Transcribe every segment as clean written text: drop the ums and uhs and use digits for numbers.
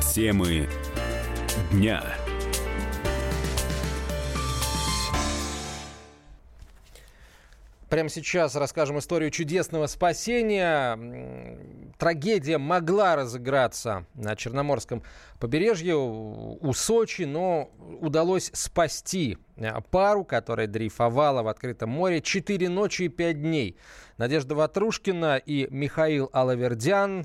Темы дня. Прямо сейчас расскажем историю чудесного спасения. Трагедия могла разыграться на Черноморском побережье у Сочи, но удалось спасти пару, которая дрейфовала в открытом море 4 ночи и 5 дней. Надежда Ватрушкина и Михаил Алавердян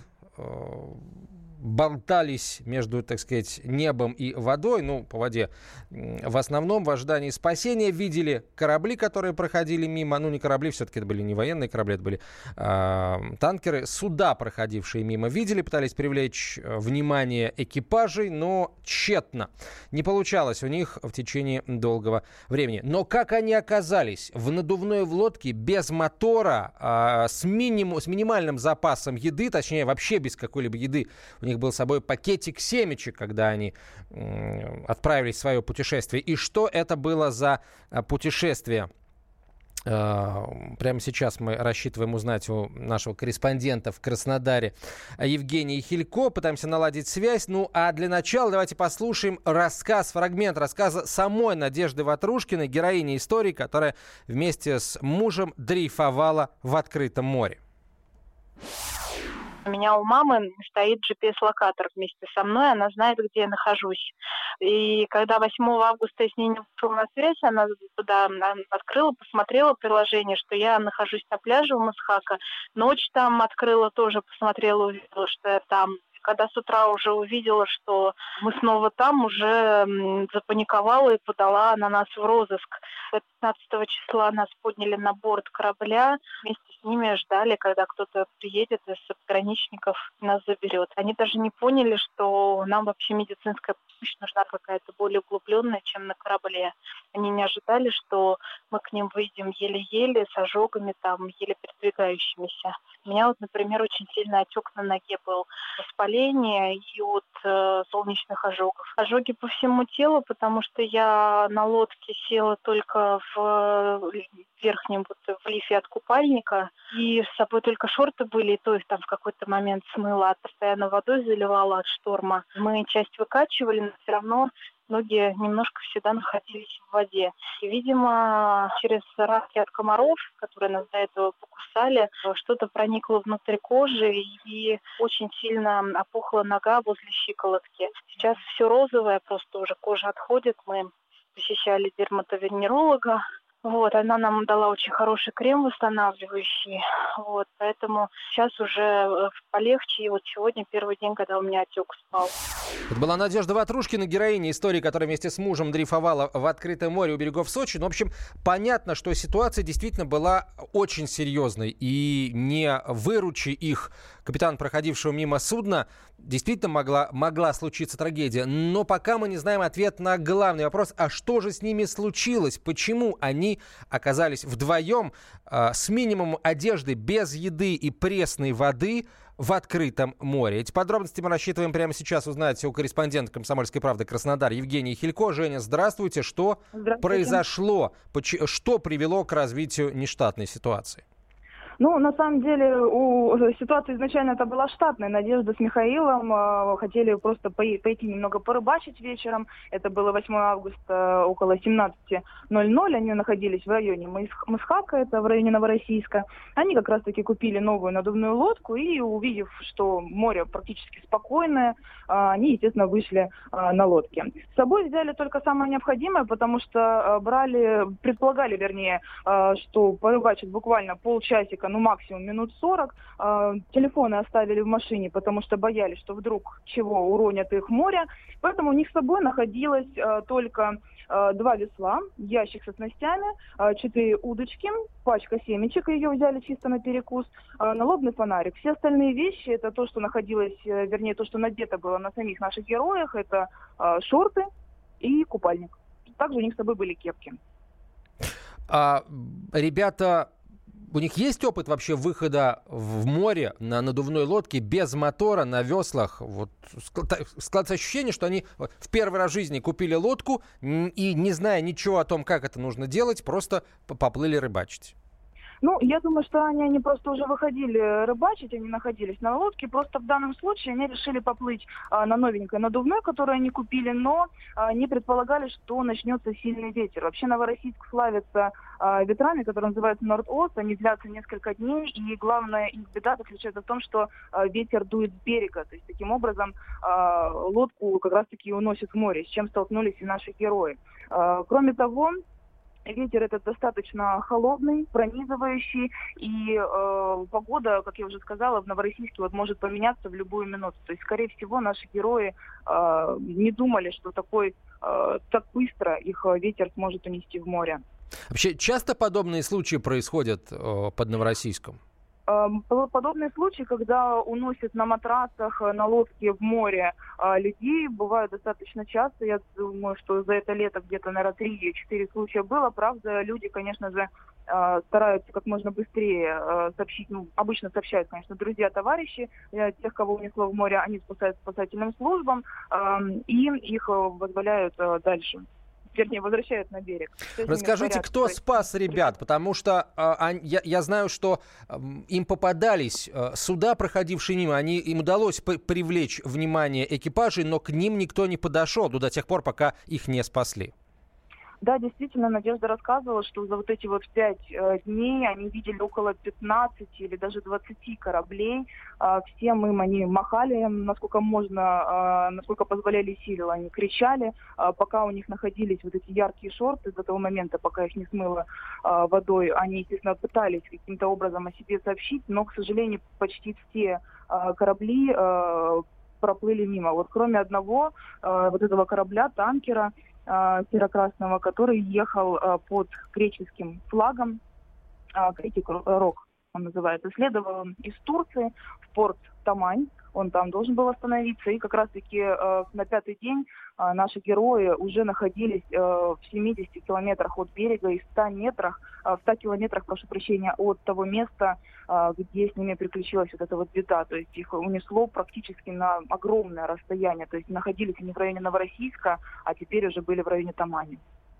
болтались между, так сказать, небом и водой, по воде в основном, в ожидании спасения. Видели корабли, которые проходили мимо. Не корабли, все-таки это были не военные корабли, это были танкеры. Суда, проходившие мимо, видели, пытались привлечь внимание экипажей, но тщетно. Не получалось у них в течение долгого времени. Но как они оказались в надувной лодке без мотора, с минимальным запасом еды, точнее, вообще без какой-либо еды? У них был с собой пакетик семечек, когда они отправились в свое путешествие. И что это было за путешествие? Прямо сейчас мы рассчитываем узнать у нашего корреспондента в Краснодаре Евгения Хилько. Пытаемся наладить связь. А для начала давайте послушаем фрагмент рассказа самой Надежды Ватрушкиной, героини истории, которая вместе с мужем дрейфовала в открытом море. У меня у мамы стоит GPS-локатор вместе со мной, она знает, где я нахожусь. И когда 8 августа я с ней не вышла на связь, она туда открыла, посмотрела приложение, что я нахожусь на пляже у Масхака. Ночь там открыла тоже, посмотрела, увидела, что я там. Когда с утра уже увидела, что мы снова там, уже запаниковала и подала на нас в розыск. 15 числа нас подняли на борт корабля. Вместе с ними ждали, когда кто-то приедет из пограничников и нас заберет. Они даже не поняли, что нам вообще медицинская помощь нужна какая-то более углубленная, чем на корабле. Они не ожидали, что мы к ним выйдем еле-еле, с ожогами, еле передвигающимися. У меня например, очень сильный отек на ноге был. Воспаление и от солнечных ожогов. Ожоги по всему телу, потому что я на лодке села только в верхнем, в лифе от купальника. И с собой только шорты были, и то их там в какой-то момент смыло, постоянно водой заливало от шторма. Мы часть выкачивали, но все равно ноги немножко всегда находились в воде. И, видимо, через ранки от комаров, которые нас до этого покусали, что-то проникло внутрь кожи, и очень сильно опухла нога возле щиколотки. Сейчас все розовое, просто уже кожа отходит. Мы посещали дерматовенеролога. Она нам дала очень хороший крем восстанавливающий. Поэтому сейчас уже полегче. И сегодня первый день, когда у меня отек спал. Это была Надежда Ватрушкина, героиня истории, которая вместе с мужем дрейфовала в открытом море у берегов Сочи. В общем, понятно, что ситуация действительно была очень серьезной. И не выручи их капитан, проходившего мимо судна, действительно могла случиться трагедия. Но пока мы не знаем ответ на главный вопрос, а что же с ними случилось? Почему они оказались вдвоем с минимумом одежды, без еды и пресной воды в открытом море? Эти подробности мы рассчитываем прямо сейчас узнать у корреспондента «Комсомольской правды» Краснодар Евгения Хилько. Женя, здравствуйте. Что произошло? Что привело к развитию нештатной ситуации? На самом деле, ситуация изначально это была штатная. Надежда с Михаилом хотели просто пойти немного порыбачить вечером. Это было 8 августа около 17:00. Они находились в районе Масхака, это в районе Новороссийска. Они как раз-таки купили новую надувную лодку и, увидев, что море практически спокойное, они, естественно, вышли на лодке. С собой взяли только самое необходимое, потому что предполагали, что порыбачат буквально полчасика, максимум минут 40. Телефоны оставили в машине, потому что боялись, что вдруг чего уронят их в море. Поэтому у них с собой находилось только 2 весла, ящик со снастями, 4 удочки, пачка семечек, ее взяли чисто на перекус, налобный фонарик. Все остальные вещи, это то, что находилось, то, что надето было на самих наших героях, это шорты и купальник. Также у них с собой были кепки. Ребята, у них есть опыт вообще выхода в море на надувной лодке без мотора, на веслах? Складывается ощущение, что они в первый раз в жизни купили лодку и, не зная ничего о том, как это нужно делать, просто поплыли рыбачить. Ну, я думаю, что они просто уже выходили рыбачить, они находились на лодке. Просто в данном случае они решили поплыть на новенькой надувной, которую они купили, но не предполагали, что начнется сильный ветер. Вообще Новороссийск славится ветрами, которые называются Норд-Ост. Они длятся несколько дней, и главная их беда заключается в том, что ветер дует с берега. То есть таким образом лодку как раз-таки уносит в море, с чем столкнулись и наши герои. Кроме того, ветер этот достаточно холодный, пронизывающий, и погода, как я уже сказала, в Новороссийске может поменяться в любую минуту. То есть, скорее всего, наши герои не думали, что так быстро их ветер сможет унести в море. Вообще, часто подобные случаи происходят под Новороссийском? Подобные случаи, когда уносят на матрасах, на лодке в море людей, бывают достаточно часто. Я думаю, что за это лето где-то, наверное, 3-4 случая было. Правда, люди, конечно же, стараются как можно быстрее сообщить. Обычно сообщают, конечно, друзья, товарищи. Тех, кого унесло в море, они спасают спасательным службам, и их вызволяют дальше. Вернее, возвращают на берег. Расскажите, кто спас ребят? Потому что я знаю, что им попадались суда, проходившие мимо. Им удалось привлечь внимание экипажей, но к ним никто не подошел до тех пор, пока их не спасли. Да, действительно, Надежда рассказывала, что за эти 5 дней они видели около 15 или даже 20 кораблей. Всем им они махали, насколько можно, насколько позволяли силы. Они кричали, пока у них находились эти яркие шорты, до того момента, пока их не смыло водой. Они, естественно, пытались каким-то образом о себе сообщить, но, к сожалению, почти все корабли проплыли мимо. Кроме одного, этого корабля, танкера, серо-красного, который ехал под греческим флагом, Критик Рок он называется, следовал он из Турции в порт Тамань, он там должен был остановиться, и как раз-таки на 5-й день наши герои уже находились в 70 километрах от берега и в 100 километрах, прошу прощения, от того места, где с ними приключилась эта беда. То есть их унесло практически на огромное расстояние. То есть находились они в районе Новороссийска, а теперь уже были в районе Тамани.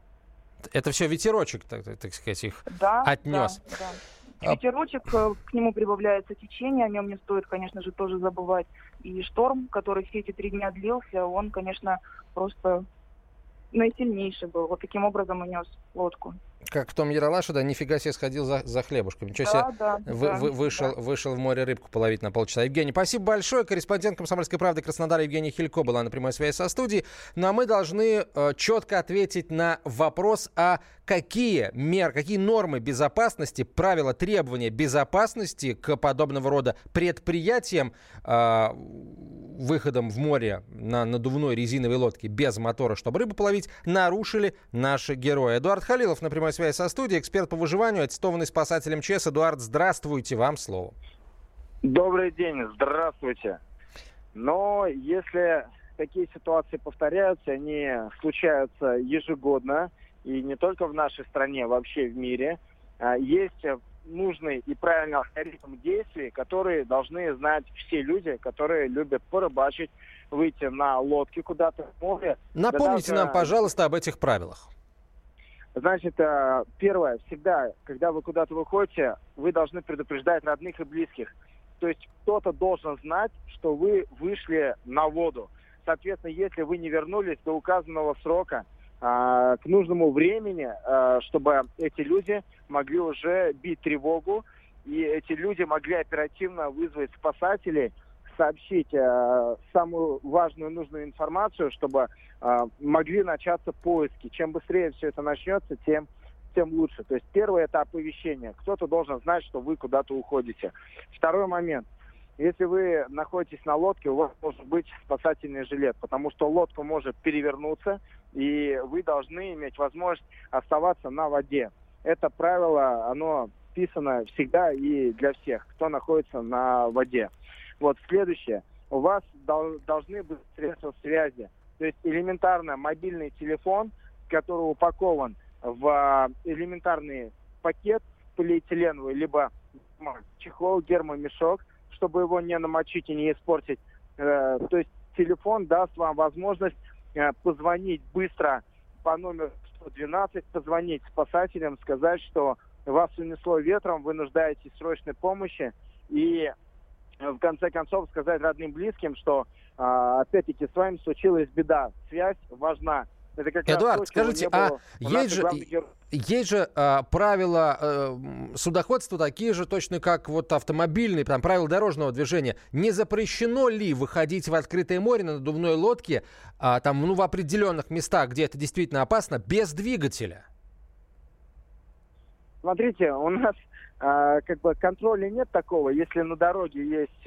Это все ветерочек, так сказать, их отнес. Да. Ветерочек, к нему прибавляется течение, о нем не стоит, конечно же, тоже забывать. И шторм, который все эти 3 дня длился, он, конечно, просто наисильнейший был. Таким образом унес лодку. Как в том Ералаше, нифига себе сходил за хлебушком. Ничего себе, вышел в море рыбку половить на полчаса. Евгений, спасибо большое. Корреспондент «Комсомольской правды» Краснодара Евгения Хилько была на прямой связи со студией. Ну а мы должны четко ответить на вопрос, какие нормы безопасности, правила требования безопасности к подобного рода предприятиям, выходом в море на надувной резиновой лодке без мотора, чтобы рыбу половить, нарушили наши герои. Эдуард Халилов на прямой связи со студией, эксперт по выживанию, аттестованный спасатель МЧС. Эдуард, здравствуйте, вам слово. Добрый день, здравствуйте. Но если такие ситуации повторяются, они случаются ежегодно, и не только в нашей стране, вообще в мире, есть нужный и правильный алгоритм действий, которые должны знать все люди, которые любят порыбачить, выйти на лодке куда-то в море. Напомните нам, пожалуйста, об этих правилах. Значит, первое, всегда, когда вы куда-то выходите, вы должны предупреждать родных и близких. То есть кто-то должен знать, что вы вышли на воду. Соответственно, если вы не вернулись до указанного срока, к нужному времени, чтобы эти люди могли уже бить тревогу, и эти люди могли оперативно вызвать спасателей, сообщить самую важную нужную информацию, чтобы могли начаться поиски. Чем быстрее все это начнется, тем лучше. То есть первый этап оповещения. Кто-то должен знать, что вы куда-то уходите. Второй момент. Если вы находитесь на лодке, у вас должен быть спасательный жилет, потому что лодка может перевернуться, и вы должны иметь возможность оставаться на воде. Это правило, оно писано всегда и для всех, кто находится на воде. Следующее. У вас должны быть средства связи. То есть элементарно мобильный телефон, который упакован в элементарный пакет полиэтиленовый, либо чехол, гермомешок, чтобы его не намочить и не испортить. То есть телефон даст вам возможность позвонить быстро по номеру 112, позвонить спасателям, сказать, что вас унесло ветром, вы нуждаетесь в срочной помощи, и в конце концов сказать родным, близким, что опять-таки с вами случилась беда. Связь важна. Это как Эдуард, раз скажите, есть же правила судоходства такие же точно, как вот автомобильные, там, правила дорожного движения. Не запрещено ли выходить в открытое море на надувной лодке там, в определенных местах, где это действительно опасно, без двигателя? Смотрите, у нас как бы контроля нет такого. Если на дороге есть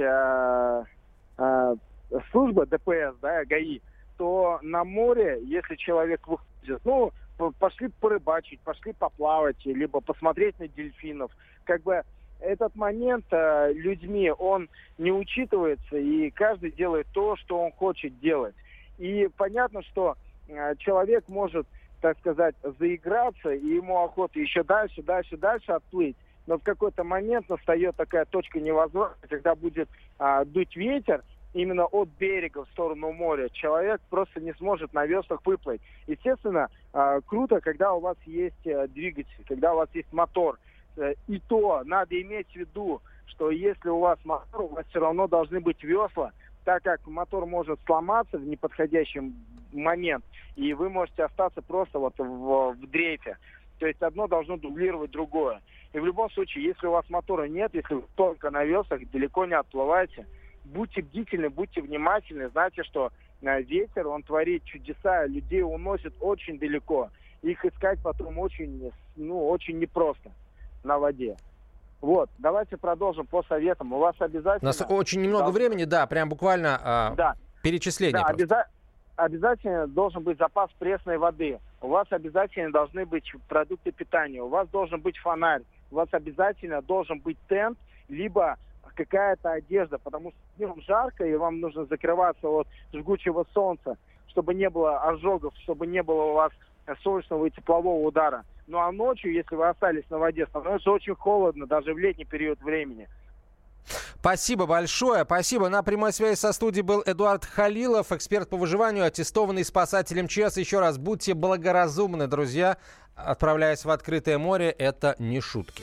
служба ДПС, да, ГАИ, то на море, если человек выходит, пошли порыбачить, пошли поплавать, либо посмотреть на дельфинов, как бы этот момент людьми, он не учитывается, и каждый делает то, что он хочет делать. И понятно, что человек может, так сказать, заиграться, и ему охота еще дальше отплыть, но в какой-то момент настает такая точка невозврата, когда будет дуть ветер, именно от берега в сторону моря, человек просто не сможет на веслах выплыть. Естественно, круто, когда у вас есть двигатель, когда у вас есть мотор. И то надо иметь в виду, что если у вас мотор, у вас все равно должны быть весла, так как мотор может сломаться в неподходящий момент, и вы можете остаться просто вот в дрейфе. То есть одно должно дублировать другое. И в любом случае, если у вас мотора нет, если вы только на веслах, далеко не отплываете, будьте бдительны, будьте внимательны. Знаете, что ветер, он творит чудеса, людей уносит очень далеко. Их искать потом очень непросто на воде. Вот, давайте продолжим по советам. У вас обязательно... У нас очень немного времени, да, прям буквально перечисление. Да, обязательно должен быть запас пресной воды. У вас обязательно должны быть продукты питания. У вас должен быть фонарь. У вас обязательно должен быть тент, либо какая-то одежда, потому что днем жарко, и вам нужно закрываться от жгучего солнца, чтобы не было ожогов, чтобы не было у вас солнечного и теплового удара. Ну а ночью, если вы остались на воде, становится очень холодно, даже в летний период времени. Спасибо большое. Спасибо. На прямой связи со студией был Эдуард Халилов, эксперт по выживанию, аттестованный спасатель МЧС. Еще раз, будьте благоразумны, друзья. Отправляясь в открытое море, это не шутки.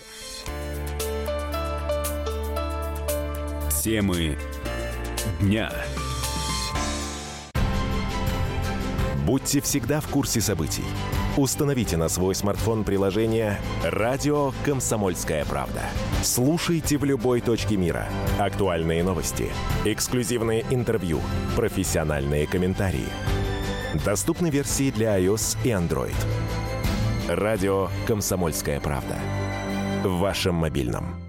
Темы дня. Будьте всегда в курсе событий. Установите на свой смартфон приложение «Радио Комсомольская правда». Слушайте в любой точке мира. Актуальные новости, эксклюзивные интервью, профессиональные комментарии. Доступны версии для iOS и Android. «Радио Комсомольская правда». В вашем мобильном.